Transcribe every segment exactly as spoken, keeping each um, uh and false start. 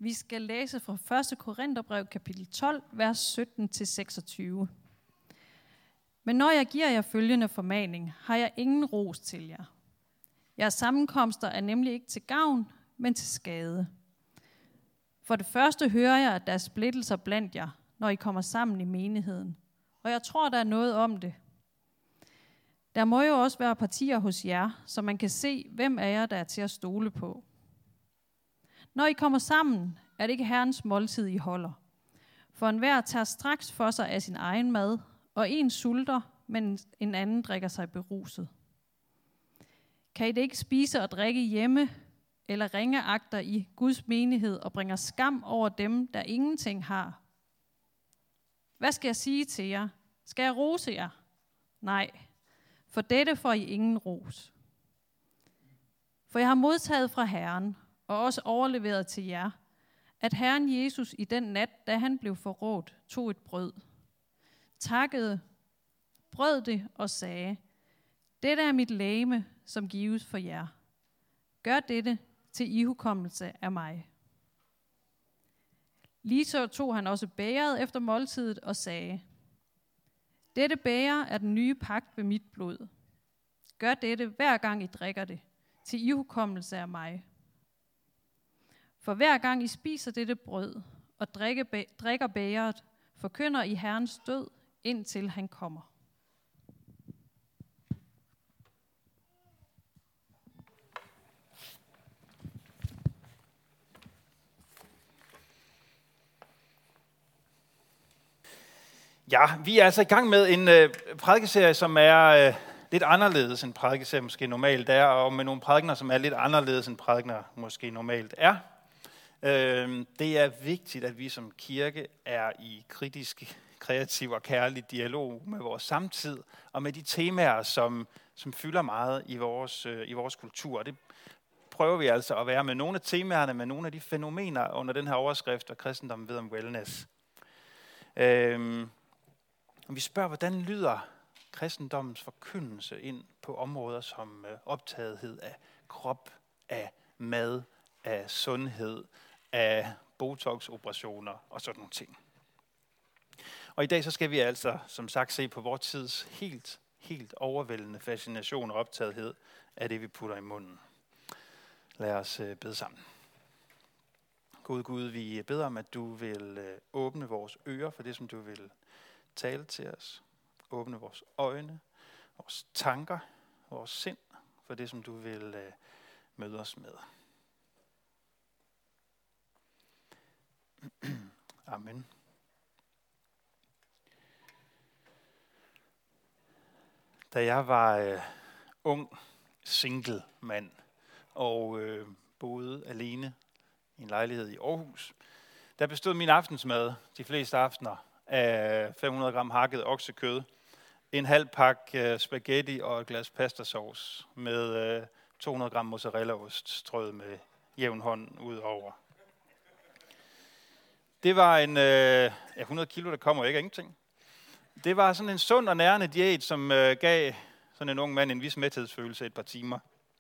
Vi skal læse fra første Korintherbrev, kapitel tolv, vers sytten til seksogtyve. Men når jeg giver jer følgende formaning, har jeg ingen ros til jer. Jeres sammenkomster er nemlig ikke til gavn, men til skade. For det første hører jeg, at der er splittelser blandt jer, når I kommer sammen i menigheden. Og jeg tror, der er noget om det. Der må jo også være partier hos jer, så man kan se, hvem af jer, der er til at stole på. Når I kommer sammen, er det ikke Herrens måltid, I holder. For enhver tager straks for sig af sin egen mad, og en sulter, men en anden drikker sig beruset. Kan I det ikke spise og drikke hjemme, eller ringeagter i Guds menighed og bringer skam over dem, der ingenting har? Hvad skal jeg sige til jer? Skal jeg rose jer? Nej, for dette får I ingen ros. For jeg har modtaget fra Herren, og også overleveret til jer, at Herren Jesus i den nat, da han blev forrådt, tog et brød, takkede, brød det og sagde, dette er mit legeme, som gives for jer. Gør dette til ihukommelse af mig. Lige så tog han også bægeret efter måltidet og sagde, dette bæger er den nye pagt ved mit blod. Gør dette hver gang I drikker det, til ihukommelse af mig. For hver gang I spiser dette brød og drikker bægeret, forkynder I Herrens død, indtil han kommer. Ja, vi er altså i gang med en øh, prædikeserie, som er øh, lidt anderledes end prædikeserie måske normalt er, og med nogle prædikener, som er lidt anderledes end prædikener måske normalt er. Øh, det er vigtigt, at vi som kirke er i kritisk, kreativ og kærlig dialog med vores samtid, og med de temaer, som, som fylder meget i vores, øh, i vores kultur. Det prøver vi altså at være med nogle af temaerne, med nogle af de fænomener under den her overskrift, og kristendommen ved om wellness. Øh, Og vi spørger, hvordan lyder kristendommens forkyndelse ind på områder som optagethed af krop, af mad, af sundhed, af botox-operationer og sådan nogle ting. Og i dag så skal vi altså, som sagt, se på vores tids helt, helt overvældende fascination og optagethed af det, vi putter i munden. Lad os bede sammen. Gud Gud, vi beder om, at du vil åbne vores ører for det, som du vil tale til os. Åbne vores øjne, vores tanker, vores sind for det, som du vil uh, møde os med. Amen. Da jeg var uh, ung, single mand og uh, boede alene i en lejlighed i Aarhus, der bestod min aftensmad de fleste aftener af fem hundrede gram hakket oksekød, en halv pakke spaghetti og et glas pastasauce med to hundrede gram mozzarellaost strøget med jævn hånd ud over. Det var en ja, hundrede kilo, der kommer ikke af ingenting. Det var sådan en sund og nærende diæt, som gav sådan en ung mand en vis mæthedsfølelse et par timer.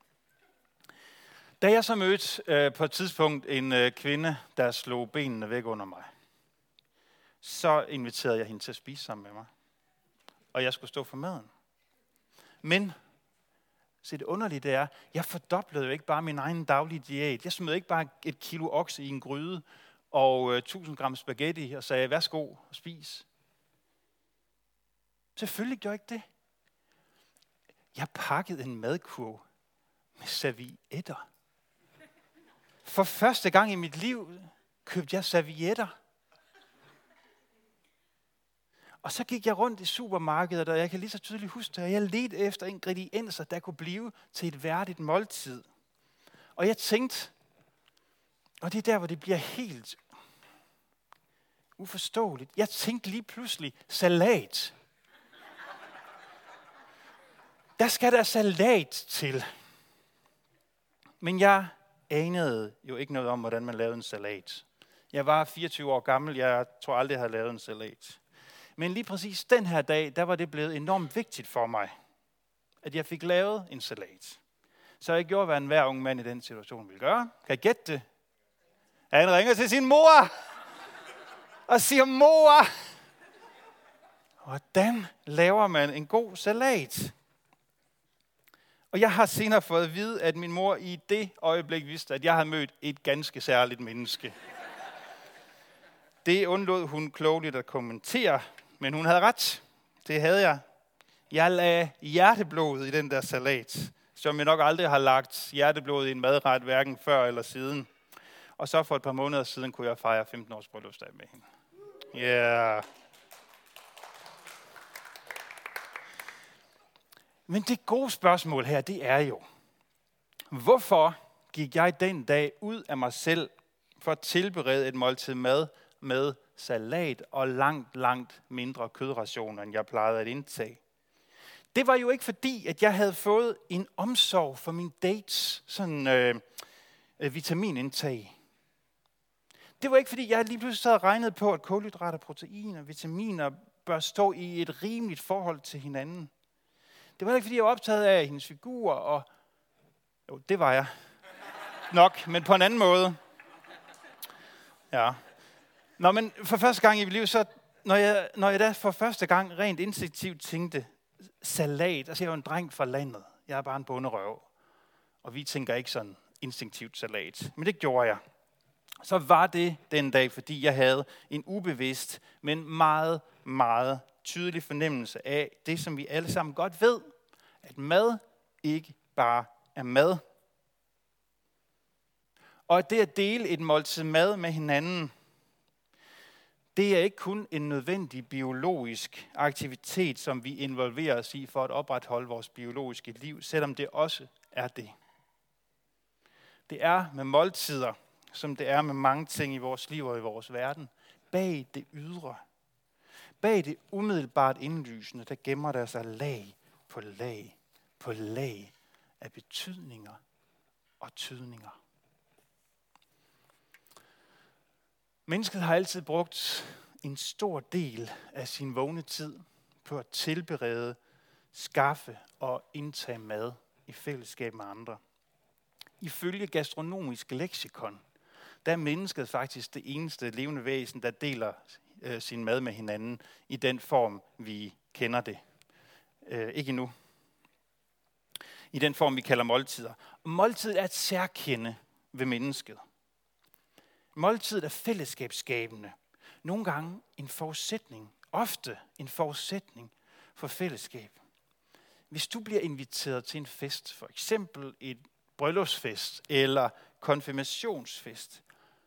Da jeg så mødte på et tidspunkt en kvinde, der slog benene væk under mig, så inviterede jeg hende til at spise sammen med mig. Og jeg skulle stå for maden. Men, se det underlige det er, jeg fordoblede jo ikke bare min egen daglige diæt. Jeg smed ikke bare et kilo okse i en gryde og tusind gram spaghetti og sagde, værsgo og spis. Selvfølgelig gjorde jeg ikke det. Jeg pakkede en madkurv med servietter. For første gang i mit liv købte jeg servietter. Og så gik jeg rundt i supermarkedet, og jeg kan lige så tydeligt huske det, og jeg ledte efter ingredienser, der kunne blive til et værdigt måltid. Og jeg tænkte, og det er der, hvor det bliver helt uforståeligt. Jeg tænkte lige pludselig, salat. Der skal der salat til. Men jeg anede jo ikke noget om, hvordan man lavede en salat. Jeg var fireogtyve år gammel, jeg tror aldrig, jeg havde lavet en salat. Men lige præcis den her dag, der var det blevet enormt vigtigt for mig, at jeg fik lavet en salat. Så jeg gjorde, hvad enhver ung mand i den situation ville gøre. Kan I gætte det? Han ringer til sin mor og siger, mor, hvordan laver man en god salat? Og jeg har senere fået at vide, at min mor i det øjeblik vidste, at jeg havde mødt et ganske særligt menneske. Det undlod hun klogeligt at kommentere, men hun havde ret. Det havde jeg. Jeg lagde hjerteblod i den der salat, som jeg nok aldrig har lagt hjerteblod i en madret, hverken før eller siden. Og så for et par måneder siden kunne jeg fejre femten års bryllupsdag med hende. Ja. Yeah. Men det gode spørgsmål her, det er jo, hvorfor gik jeg den dag ud af mig selv for at tilberede et måltid mad med salat og langt, langt mindre kødrationer, end jeg plejede at indtage? Det var jo ikke fordi, at jeg havde fået en omsorg for min dates sådan øh, øh, vitaminindtag. Det var ikke fordi, jeg lige pludselig sad og regnede på, at kulhydrater, proteiner og vitaminer bør stå i et rimeligt forhold til hinanden. Det var ikke fordi, jeg var optaget af hendes figur, og jo, det var jeg nok, men på en anden måde. Ja. Nå, men for første gang i mit liv, så når jeg, når jeg da for første gang rent instinktivt tænkte, salat, altså jeg er jo en dreng fra landet, jeg er bare en bonderøv, og vi tænker ikke sådan instinktivt salat, men det gjorde jeg. Så var det den dag, fordi jeg havde en ubevidst, men meget, meget tydelig fornemmelse af det, som vi alle sammen godt ved, at mad ikke bare er mad. Og at det at dele et måltid mad med hinanden, det er ikke kun en nødvendig biologisk aktivitet, som vi involverer os i for at opretholde vores biologiske liv, selvom det også er det. Det er med måltider, som det er med mange ting i vores liv og i vores verden, bag det ydre. Bag det umiddelbart indlysende, der gemmer der sig lag på lag på lag af betydninger og tydninger. Mennesket har altid brugt en stor del af sin vågne tid på at tilberede, skaffe og indtage mad i fællesskab med andre. Ifølge gastronomisk leksikon, der er mennesket faktisk det eneste levende væsen, der deler øh, sin mad med hinanden i den form, vi kender det. Øh, ikke endnu. I den form, vi kalder måltider. Måltidet er et særkende ved mennesket. Måltidet er fællesskabsskabende. Nogle gange en forudsætning, ofte en forudsætning for fællesskab. Hvis du bliver inviteret til en fest, for eksempel et bryllupsfest eller konfirmationsfest,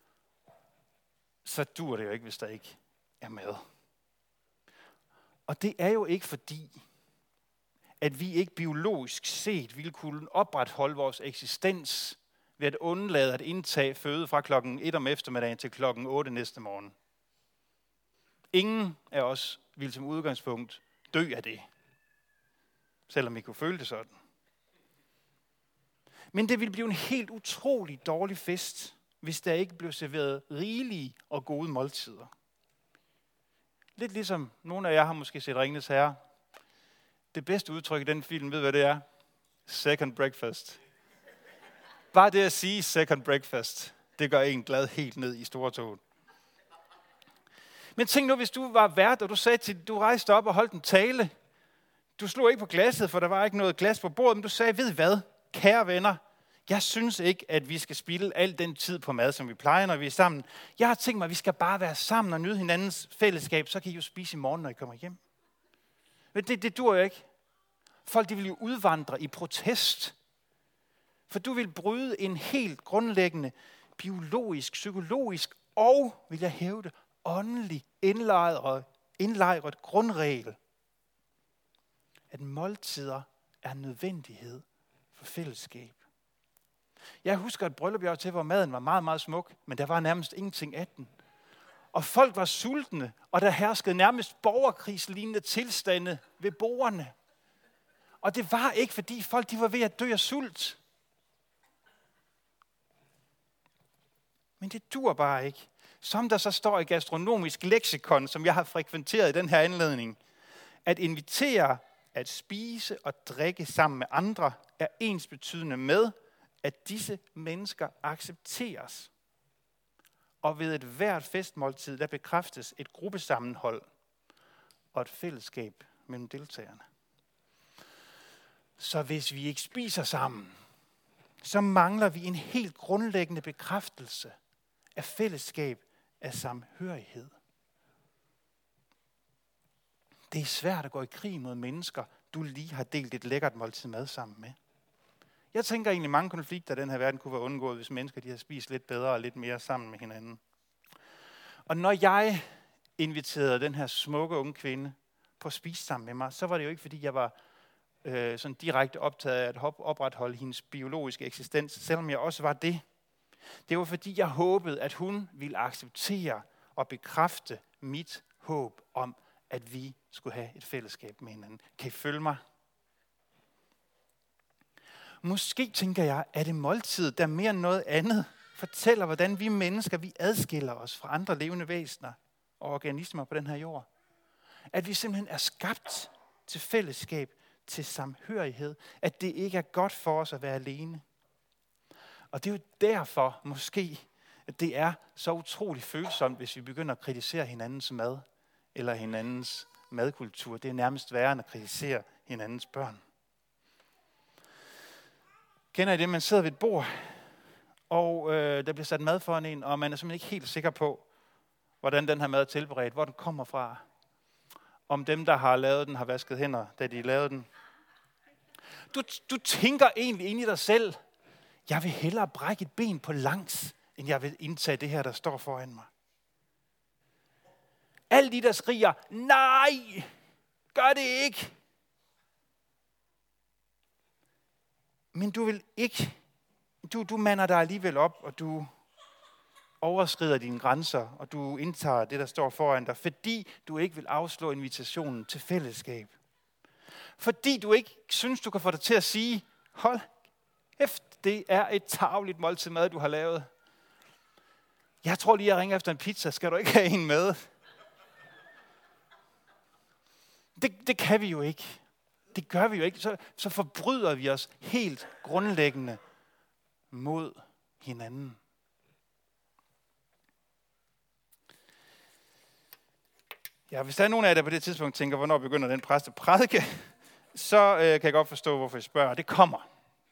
så dur det jo ikke, hvis der ikke er mad. Og det er jo ikke fordi, at vi ikke biologisk set ville kunne opretholde vores eksistens ved at undlade at indtage føde fra klokken et om eftermiddagen til klokken otte næste morgen. Ingen af os ville som udgangspunkt dø af det, selvom vi kunne føle det sådan. Men det ville blive en helt utrolig dårlig fest, hvis der ikke blev serveret rigelige og gode måltider. Lidt ligesom nogle af jer har måske set Ringenes Herre. Det bedste udtryk i den film, ved hvad det er? Second breakfast. Bare det at sige second breakfast, det gør en glad helt ned i stortoget. Men tænk nu, hvis du var vært, og du sagde til, du rejste op og holdt en tale. Du slog ikke på glasset, for der var ikke noget glas på bordet, men du sagde, ved hvad, kære venner, jeg synes ikke, at vi skal spilde al den tid på mad, som vi plejer, når vi er sammen. Jeg har tænkt mig, at vi skal bare være sammen og nyde hinandens fællesskab, så kan I jo spise i morgen, når I kommer hjem. Men det, det dur jo ikke. Folk, de vil jo udvandre i protest. For du vil bryde en helt grundlæggende biologisk, psykologisk og, vil jeg hævde, åndelig indlejret, indlejret grundregel. At måltider er nødvendighed for fællesskab. Jeg husker et bryllup, jeg var til, hvor maden var meget, meget smuk, men der var nærmest ingenting af den. Og folk var sultne, og der herskede nærmest borgerkrigslignende tilstande ved bordene. Og det var ikke, fordi folk de var ved at dø af sult. Men det dur bare ikke. Som der så står i gastronomisk leksikon, som jeg har frekventeret i den her anledning, at invitere at spise og drikke sammen med andre er ensbetydende med, at disse mennesker accepteres. og ved et hvert festmåltid, der bekræftes et gruppesammenhold og et fællesskab mellem deltagerne. Så hvis vi ikke spiser sammen, så mangler vi en helt grundlæggende bekræftelse af fællesskab, af samhørighed. Det er svært at gå i krig mod mennesker, du lige har delt et lækkert måltid mad sammen med. Jeg tænker egentlig, mange konflikter i den her verden kunne være undgået, hvis mennesker de har spist lidt bedre og lidt mere sammen med hinanden. Og når jeg inviterede den her smukke unge kvinde på at spise sammen med mig, så var det jo ikke, fordi jeg var øh, sådan direkte optaget af at opretholde hendes biologiske eksistens, selvom jeg også var det. Det var, fordi jeg håbede, at hun ville acceptere og bekræfte mit håb om, at vi skulle have et fællesskab med hinanden. Kan I følge mig? Måske, tænker jeg, er det måltid, der mere end noget andet fortæller, hvordan vi mennesker, vi adskiller os fra andre levende væsener og organismer på den her jord. At vi simpelthen er skabt til fællesskab, til samhørighed. At det ikke er godt for os at være alene. Og det er jo derfor, måske, at det er så utroligt følsomt, hvis vi begynder at kritisere hinandens mad eller hinandens madkultur. Det er nærmest værre end at kritisere hinandens børn. Kender I det, man sidder ved et bord, og øh, der bliver sat mad foran en, og man er simpelthen ikke helt sikker på, hvordan den her mad er tilberedt, hvor den kommer fra. Om dem, der har lavet den, har vasket hænder, da de lavede den. Du, du tænker egentlig ind i dig selv, jeg vil hellere brække et ben på langs, end jeg vil indtage det her, der står foran mig. Alle de, der skriger, nej, gør det ikke. Men du vil ikke, du, du mander dig alligevel op, og du overskrider dine grænser, og du indtager det, der står foran dig, fordi du ikke vil afslå invitationen til fællesskab. Fordi du ikke synes, du kan få dig til at sige, hold kæft, det er et tarveligt måltid mad, du har lavet. Jeg tror lige, jeg ringer efter en pizza. Skal du ikke have en med? Det, det kan vi jo ikke. Det gør vi jo ikke. Så, så forbryder vi os helt grundlæggende mod hinanden. Ja, hvis der er nogen af jer, der på det tidspunkt tænker, hvornår begynder den præst at prædike, så øh, kan jeg godt forstå, hvorfor jeg spørger. Det kommer.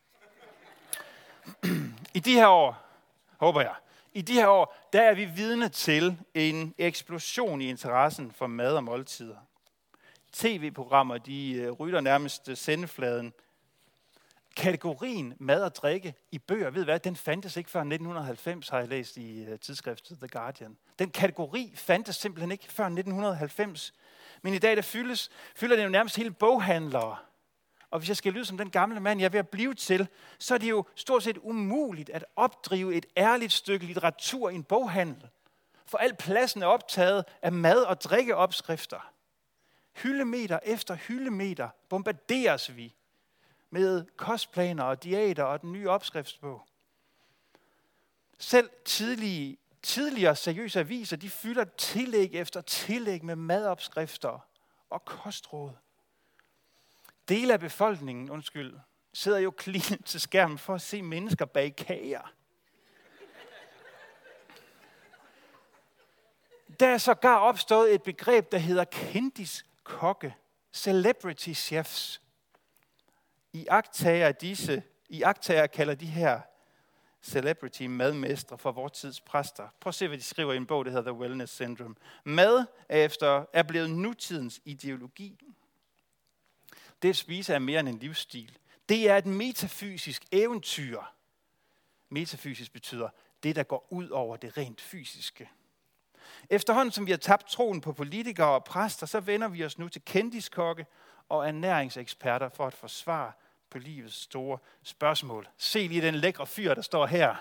I de her år, håber jeg, i de her år, der er vi vidne til en eksplosion i interessen for mad og måltider. T V-programmer, de rytter nærmest sendefladen. Kategorien mad og drikke i bøger, ved hvad, den fandtes ikke før nitten halvfems, har jeg læst i uh, tidsskriftet The Guardian. Den kategori fandtes simpelthen ikke før nitten halvfems. Men i dag, der fyldes, fylder det jo nærmest hele boghandlere. Og hvis jeg skal lyde som den gamle mand, jeg er ved at blive til, så er det jo stort set umuligt at opdrive et ærligt stykke litteratur i en boghandel. For al pladsen er optaget af mad- og drikkeopskrifter. Hyldemeter efter hyldemeter bombarderes vi med kostplaner og diæter og den nye opskriftsbog. Selv tidlige, tidligere seriøse aviser, de fylder tillæg efter tillæg med madopskrifter og kostråd. Dele af befolkningen, undskyld, sidder jo klinet til skærmen for at se mennesker bage kager. Der er sågar opstået et begreb, der hedder kendiskokke, celebrity chefs. I agttager disse, i agttager kalder de her celebrity madmestre for vores tids præster. Prøv at se, hvad de skriver i en bog, der hedder The Wellness Syndrome. Mad er, efter, er blevet nutidens ideologi. Det at spise er mere end en livsstil. Det er et metafysisk eventyr. Metafysisk betyder det, der går ud over det rent fysiske. Efterhånden som vi har tabt troen på politikere og præster, så vender vi os nu til kendiskokke og ernæringseksperter for at forsvare på livets store spørgsmål. Se lige den lækre fyr, der står her.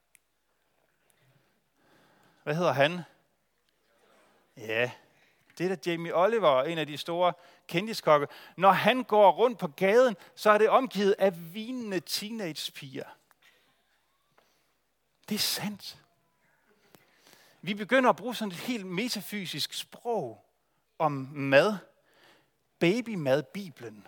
Hvad hedder han? Ja, det er da Jamie Oliver, en af de store kendiskokke. Når han går rundt på gaden, så er det omgivet af vinende teenagepiger. Det er sandt. Vi begynder at bruge sådan et helt metafysisk sprog om mad. Babymad-biblen.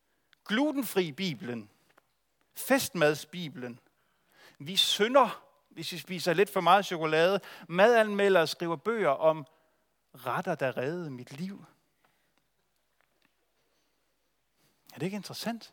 Glutenfri-biblen. Festmadsbiblen. Vi synder, hvis vi spiser lidt for meget chokolade. Madanmeldere skriver bøger om retter, der reddede mit liv. Er det ikke interessant?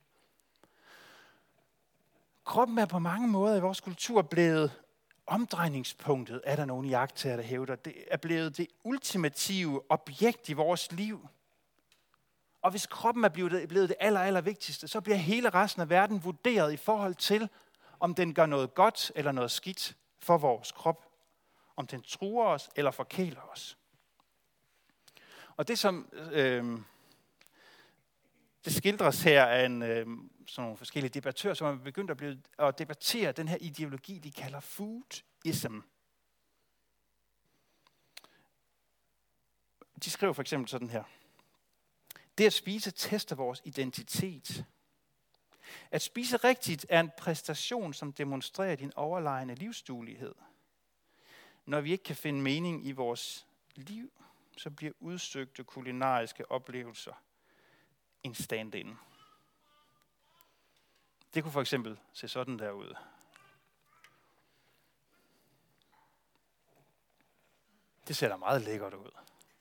Kroppen er på mange måder i vores kultur blevet omdrejningspunktet, er der nogle iagttagere, der hævder. Det er blevet det ultimative objekt i vores liv. Og hvis kroppen er blevet det, blevet det aller, aller vigtigste, så bliver hele resten af verden vurderet i forhold til, om den gør noget godt eller noget skidt for vores krop. Om den truer os eller forkæler os. Og det som øh, det skildres her af en, øh, sådan nogle forskellige debattører, som er begyndt at, blive, at debattere den her ideologi, de kalder foodism. De skriver for eksempel sådan her. Det at spise tester vores identitet. At spise rigtigt er en præstation, som demonstrerer din overlegne livsduelighed. Når vi ikke kan finde mening i vores liv, så bliver udsøgte kulinariske oplevelser en stand-in. Det kunne for eksempel se sådan der ud. Det ser da meget lækkert ud.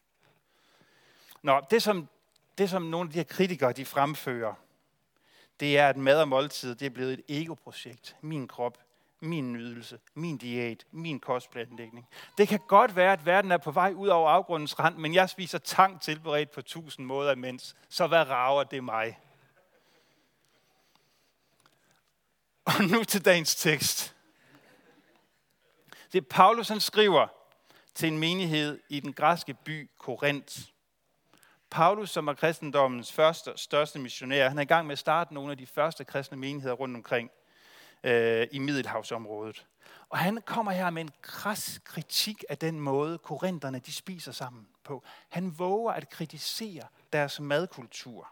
Nå, det som, det som nogle af de her kritikere de fremfører, det er, at mad og måltid det er blevet et ego-projekt. Min krop, min nydelse, min diæt, min kostplanlægning. Det kan godt være, at verden er på vej ud over afgrundens rand, men jeg spiser tang tilberedt på tusind måder imens. Så hvad rager det mig? Og nu til dagens tekst. Det er Paulus, han skriver til en menighed i den græske by Korinth. Paulus, som er kristendommens første og største missionær, han er i gang med at starte nogle af de første kristne menigheder rundt omkring øh, i Middelhavsområdet. Og han kommer her med en kras kritik af den måde, korinterne de spiser sammen på. Han våger at kritisere deres madkultur.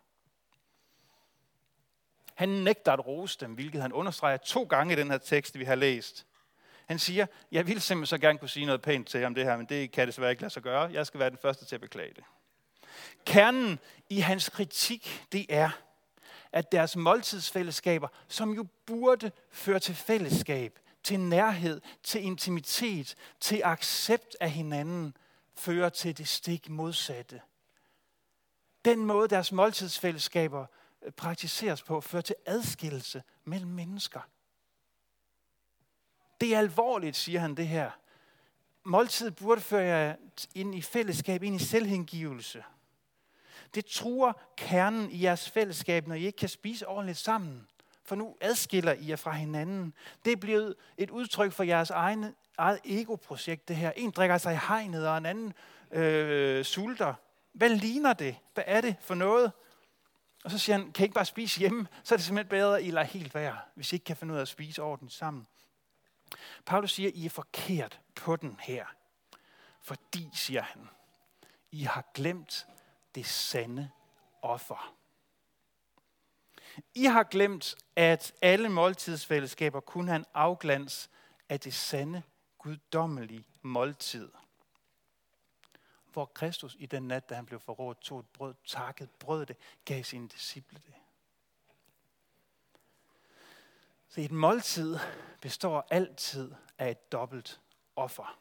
Han nægter at rose dem, hvilket han understreger to gange i den her tekst, vi har læst. Han siger, jeg vil simpelthen så gerne kunne sige noget pænt til om det her, men det kan desværre ikke lade sig gøre. Jeg skal være den første til at beklage det. Kernen i hans kritik, det er, at deres måltidsfællesskaber, som jo burde føre til fællesskab, til nærhed, til intimitet, til accept af hinanden, fører til det stik modsatte. Den måde, deres måltidsfællesskaber praktiseres på, fører til adskillelse mellem mennesker. Det er alvorligt, siger han det her. Måltid burde føre jer ind i fællesskab, ind i selvhengivelse. Det truer kernen i jeres fællesskab, når I ikke kan spise ordentligt sammen. For nu adskiller I jer fra hinanden. Det er blevet et udtryk for jeres egen, eget ego-projekt, det her. En drikker sig i hegnet, og en anden øh, sulter. Hvad ligner det? Hvad er det for noget? Og så siger han, kan I ikke bare spise hjemme? Så er det simpelthen bedre, at I lader helt være, hvis I ikke kan finde ud af at spise ordentligt sammen. Paulus siger, I er forkert på den her. Fordi, siger han, I har glemt det sande offer. I har glemt, at alle måltidsfællesskaber kun har en afglans af det sande, guddommelige måltid. Hvor Kristus i den nat, da han blev forrådt, tog et brød, takket brød det, gav sine disciple det. Så et måltid består altid af et dobbelt offer.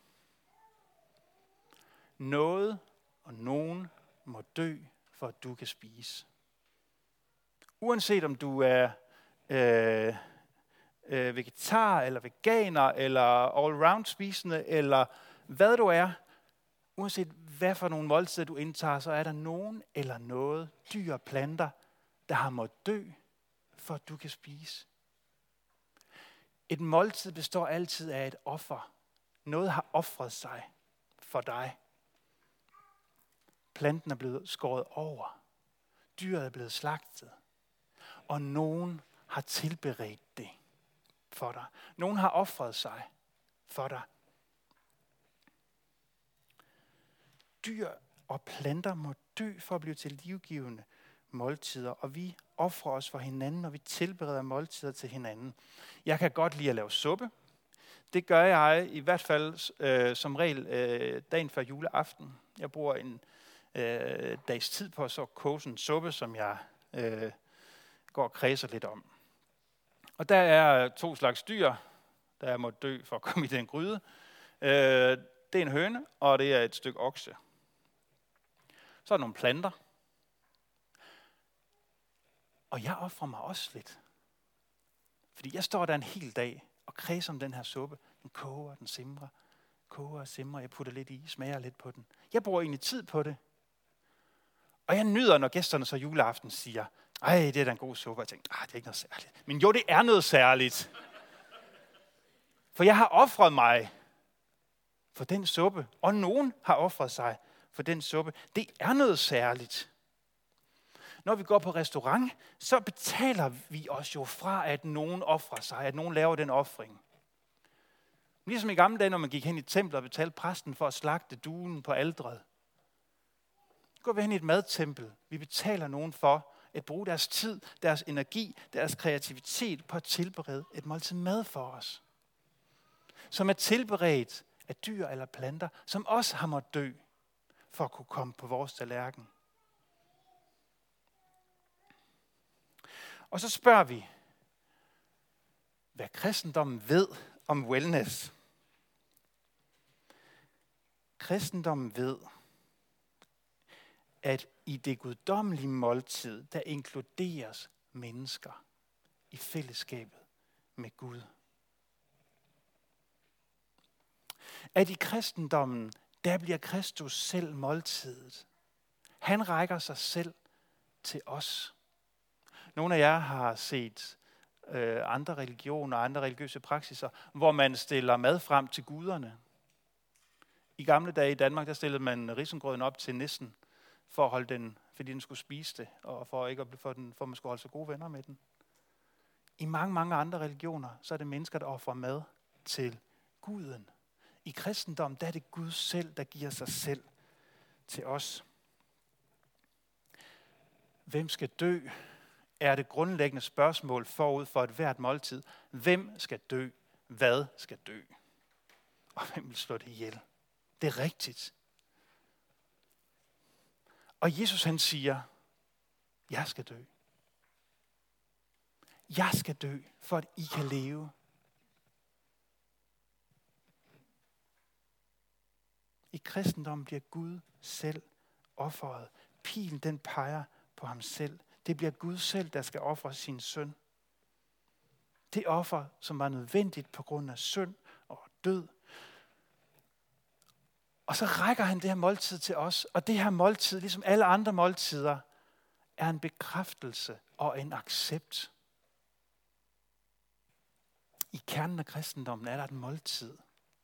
Noget og nogen må dø, for at du kan spise. Uanset om du er øh, øh, vegetar, eller veganer, eller all-round spisende, eller hvad du er, uanset hvad for nogle måltider du indtager, så er der nogen eller noget, dyr og planter, der har måttet dø, for at du kan spise. Et måltid består altid af et offer. Noget har ofret sig for dig. Planten er blevet skåret over. Dyret er blevet slagtet. Og nogen har tilberedt det for dig. Nogen har ofret sig for dig. Dyr og planter må dø for at blive til livgivende måltider, og vi ofrer os for hinanden, og vi tilbereder måltider til hinanden. Jeg kan godt lide at lave suppe. Det gør jeg i hvert fald øh, som regel øh, dagen før juleaften. Jeg bruger en øh, dags tid på at så koge en suppe, som jeg øh, går og kredser lidt om. Og der er to slags dyr. Der der må dø for at komme i den gryde. Øh, det er en høne, og det er et stykke okse. Så er der nogle planter. Og jeg offrer mig også lidt. Fordi jeg står der en hel dag og kredser om den her suppe. Den koger, den simrer, koger og simrer. Jeg putter lidt i, smager lidt på den. Jeg bruger egentlig tid på det. Og jeg nyder, når gæsterne så juleaften siger, ej, det er da en god suppe. Jeg tænker, ah, det er ikke noget særligt. Men jo, det er noget særligt. For jeg har offret mig for den suppe. Og nogen har offret sig for den suppe. Det er noget særligt. Når vi går på restaurant, så betaler vi os jo fra, at nogen offrer sig, at nogen laver den offring. Ligesom i gamle dage, når man gik hen i templet og betalte præsten for at slagte duen på alteret. Så går vi hen i et madtempel. Vi betaler nogen for at bruge deres tid, deres energi, deres kreativitet på at tilberede et måltid mad for os. Som er tilberedt af dyr eller planter, som også har måttet dø for at kunne komme på vores tallerken. Og så spørger vi, hvad kristendommen ved om wellness. Kristendommen ved, at i det guddommelige måltid, der inkluderes mennesker i fællesskabet med Gud. At i kristendommen, der bliver Kristus selv måltidet. Han rækker sig selv til os. Nogle af jer har set øh, andre religioner og andre religiøse praksiser, hvor man stiller mad frem til guderne. I gamle dage i Danmark, der stillede man risengrøden op til nissen, for at holde den, fordi den skulle spise det, og for, ikke at, for, den, for at man skulle holde sig gode venner med den. I mange, mange andre religioner, så er det mennesker, der offrer mad til guden. I kristendommen, der er det Gud selv, der giver sig selv til os. Hvem skal dø? Er det grundlæggende spørgsmål forud for et hvert måltid. Hvem skal dø? Hvad skal dø? Og hvem vil slå det ihjel? Det er rigtigt. Og Jesus han siger, jeg skal dø. Jeg skal dø, for at I kan leve. I kristendommen bliver Gud selv offeret. Pilen den peger på ham selv. Det bliver Gud selv, der skal ofre sin søn. Det offer, som var nødvendigt på grund af synd og død. Og så rækker han det her måltid til os. Og det her måltid, ligesom alle andre måltider, er en bekræftelse og en accept. I kernen af kristendommen er der et måltid.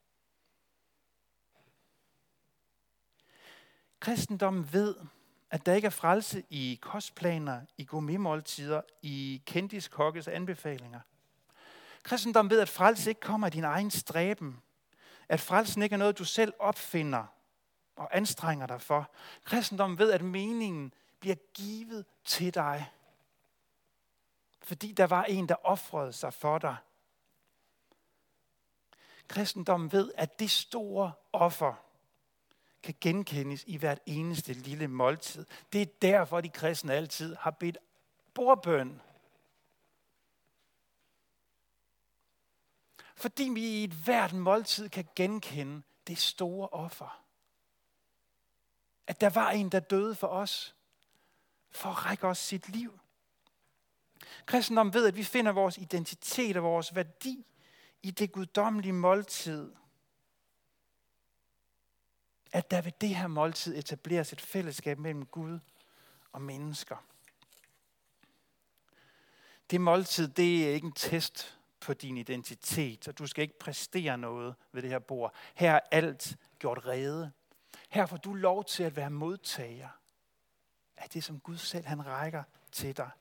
Kristendommen ved, at der ikke er frelse i kostplaner, i gourmetmåltider, i kendiskokkes anbefalinger. Kristendommen ved, at frelse ikke kommer af din egen stræben. At frelsen ikke er noget, du selv opfinder og anstrenger dig for. Kristendommen ved, at meningen bliver givet til dig. Fordi der var en, der ofrede sig for dig. Kristendommen ved, at det store offer kan genkendes i hvert eneste lille måltid. Det er derfor, de kristne altid har bedt bordbøn. Fordi vi i et hvert måltid kan genkende det store offer. At der var en, der døde for os, for at række os sit liv. Kristendommen ved, at vi finder vores identitet og vores værdi i det guddommelige måltid. At der ved det her måltid etableres et fællesskab mellem Gud og mennesker. Det måltid, det er ikke en test på din identitet, og du skal ikke præstere noget ved det her bord. Her er alt gjort rede. Her får du lov til at være modtager af det, som Gud selv han rækker til dig.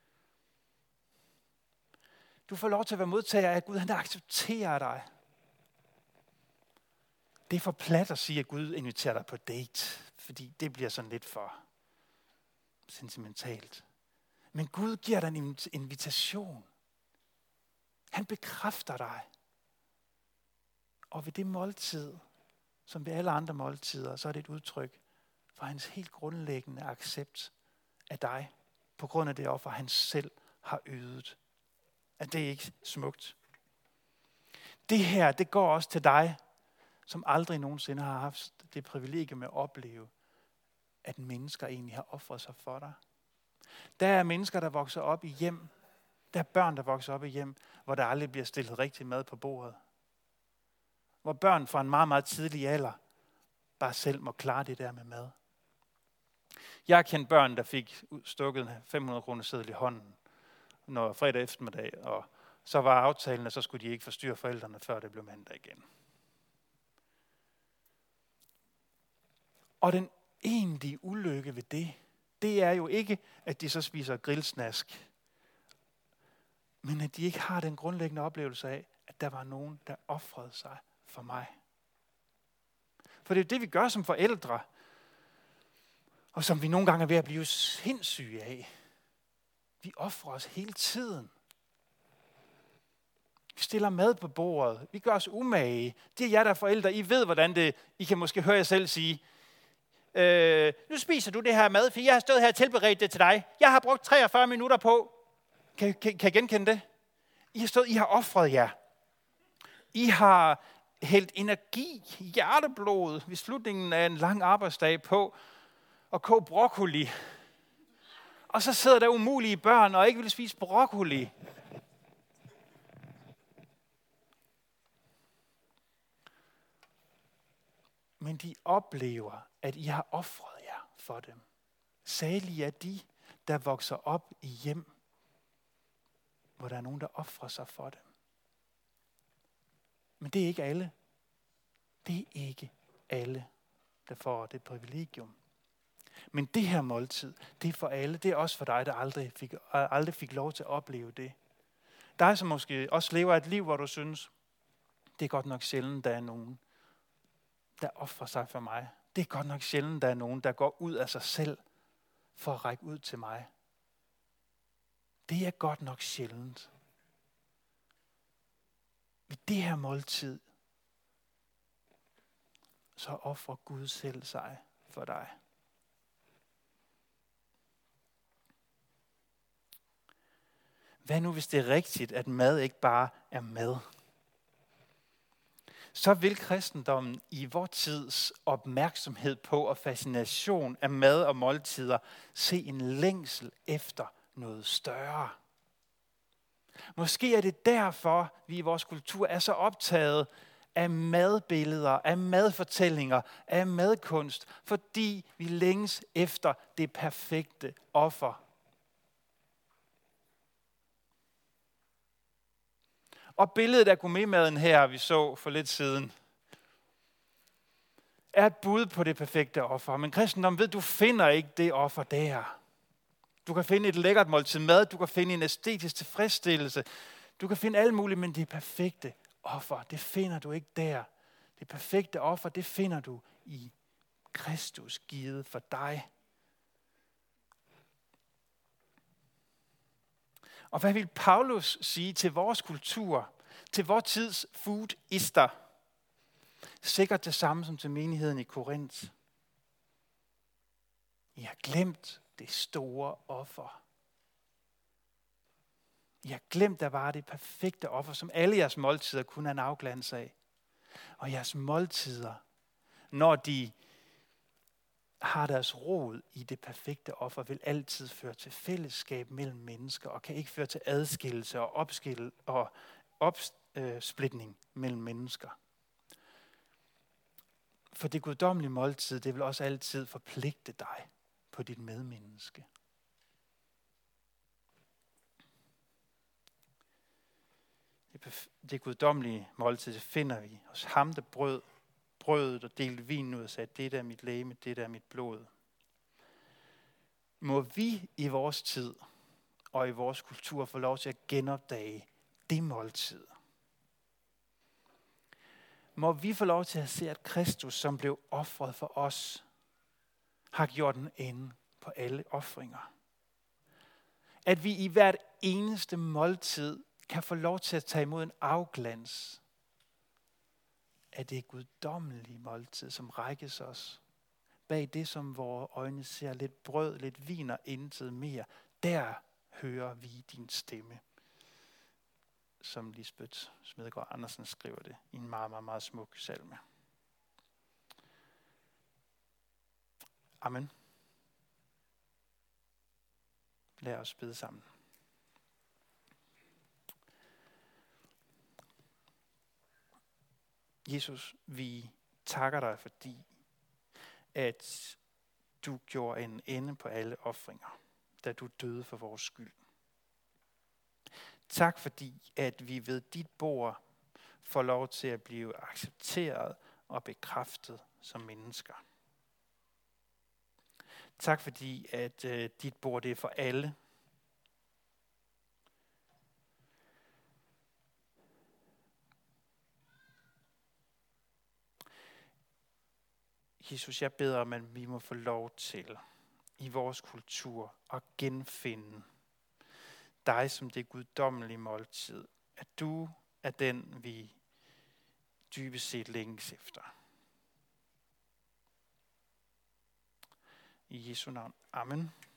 Du får lov til at være modtager af, at Gud han accepterer dig. Det er for plat at sige, at Gud inviterer dig på date, fordi det bliver sådan lidt for sentimentalt. Men Gud giver dig en invitation. Han bekræfter dig. Og ved det måltid, som ved alle andre måltider, så er det et udtryk for hans helt grundlæggende accept af dig, på grund af det offer, han selv har ydet. Er det ikke smukt? det her, det går også til dig, som aldrig nogensinde har haft det privilegium med at opleve, at mennesker egentlig har offret sig for dig. Der er mennesker, der vokser op i hjem. Der er børn, der vokser op i hjem, hvor der aldrig bliver stillet rigtig mad på bordet. Hvor børn fra en meget, meget tidlig alder bare selv må klare det der med mad. Jeg har kendt børn, der fik stukket en fem hundrede kroner seddel i hånden, når fredag eftermiddag, og så var aftalen, at så skulle de ikke forstyrre forældrene, før det blev mandag igen. Og den egentlige ulykke ved det, det er jo ikke, at de så spiser grillsnask, men at de ikke har den grundlæggende oplevelse af, at der var nogen, der ofrede sig for mig. For det er det, vi gør som forældre, og som vi nogle gange er ved at blive sindssyge af. Vi ofrer os hele tiden. Vi stiller mad på bordet. Vi gør os umage. Det er jer, der er forældre. I ved, hvordan det... I kan måske høre jer selv sige, øh, nu spiser du det her mad, for jeg har stået her og tilberedt det til dig. Jeg har brugt treogfyrre minutter på. Kan, kan, kan I genkende det? I har stået, I har ofret jer. I har hældt energi, hjerteblod ved slutningen af en lang arbejdsdag på at koge broccoli. Og så sidder der umulige børn og ikke vil spise broccoli. Men de oplever, at I har ofret jer for dem. Salige er de, der vokser op i hjem, hvor der er nogen, der ofrer sig for dem. Men det er ikke alle. Det er ikke alle, der får det privilegium. Men det her måltid, det er for alle. Det er også for dig, der aldrig fik, aldrig fik lov til at opleve det. Dig, som måske også lever et liv, hvor du synes, det er godt nok sjældent, der er nogen, der ofrer sig for mig. Det er godt nok sjældent, der er nogen, der går ud af sig selv for at række ud til mig. Det er godt nok sjældent. Ved det her måltid, så ofrer Gud selv sig for dig. Hvad nu, hvis det er rigtigt, at mad ikke bare er mad? Så vil kristendommen i vor tids opmærksomhed på og fascination af mad og måltider se en længsel efter noget større. Måske er det derfor, vi i vores kultur er så optaget af madbilleder, af madfortællinger, af madkunst, fordi vi længes efter det perfekte offer. Og billedet af gourmetmaden her, vi så for lidt siden, er et bud på det perfekte offer. Men kristendom ved, du finder ikke det offer der. Du kan finde et lækkert måltid mad, du kan finde en æstetisk tilfredsstillelse, du kan finde alt muligt, men det perfekte offer, det finder du ikke der. Det perfekte offer, det finder du i Kristus givet for dig. Og hvad vil Paulus sige til vores kultur, til vores tids foodister? Sikkert det samme som til menigheden i Korinth. I har glemt det store offer. I har glemt, der var det perfekte offer, som alle jeres måltider kun er en afglans af. Og jeres måltider, når de har deres rod i det perfekte offer, vil altid føre til fællesskab mellem mennesker, og kan ikke føre til adskillelse og, opskil, og opsplitning mellem mennesker. For det guddommelige måltid, det vil også altid forpligte dig på dit medmenneske. Det guddommelige måltid, det finder vi hos ham, der brød brødet og delte vinen ud og sagde, det der er mit legeme, det der er mit blod. Må vi i vores tid og i vores kultur få lov til at genopdage det måltid. Må vi få lov til at se, at Kristus, som blev ofret for os, har gjort en ende på alle ofringer. At vi i hvert eneste måltid kan få lov til at tage imod en afglans af det guddommelige måltid, som rækkes os. Bag det, som vores øjne ser, lidt brød, lidt vin og intet mere, der hører vi din stemme. som Lisbeth Smedegaard Andersen skriver det i en meget, meget, meget smuk salme. Amen. Lad os bede sammen. Jesus, vi takker dig, fordi at du gjorde en ende på alle ofringer, da du døde for vores skyld. Tak fordi, at vi ved dit bord får lov til at blive accepteret og bekræftet som mennesker. Tak fordi, at øh, dit bord det er for alle. Jesus, jeg beder om, at vi må få lov til i vores kultur at genfinde dig som det guddommelige måltid. At du er den, vi dybest set længes efter. I Jesu navn. Amen.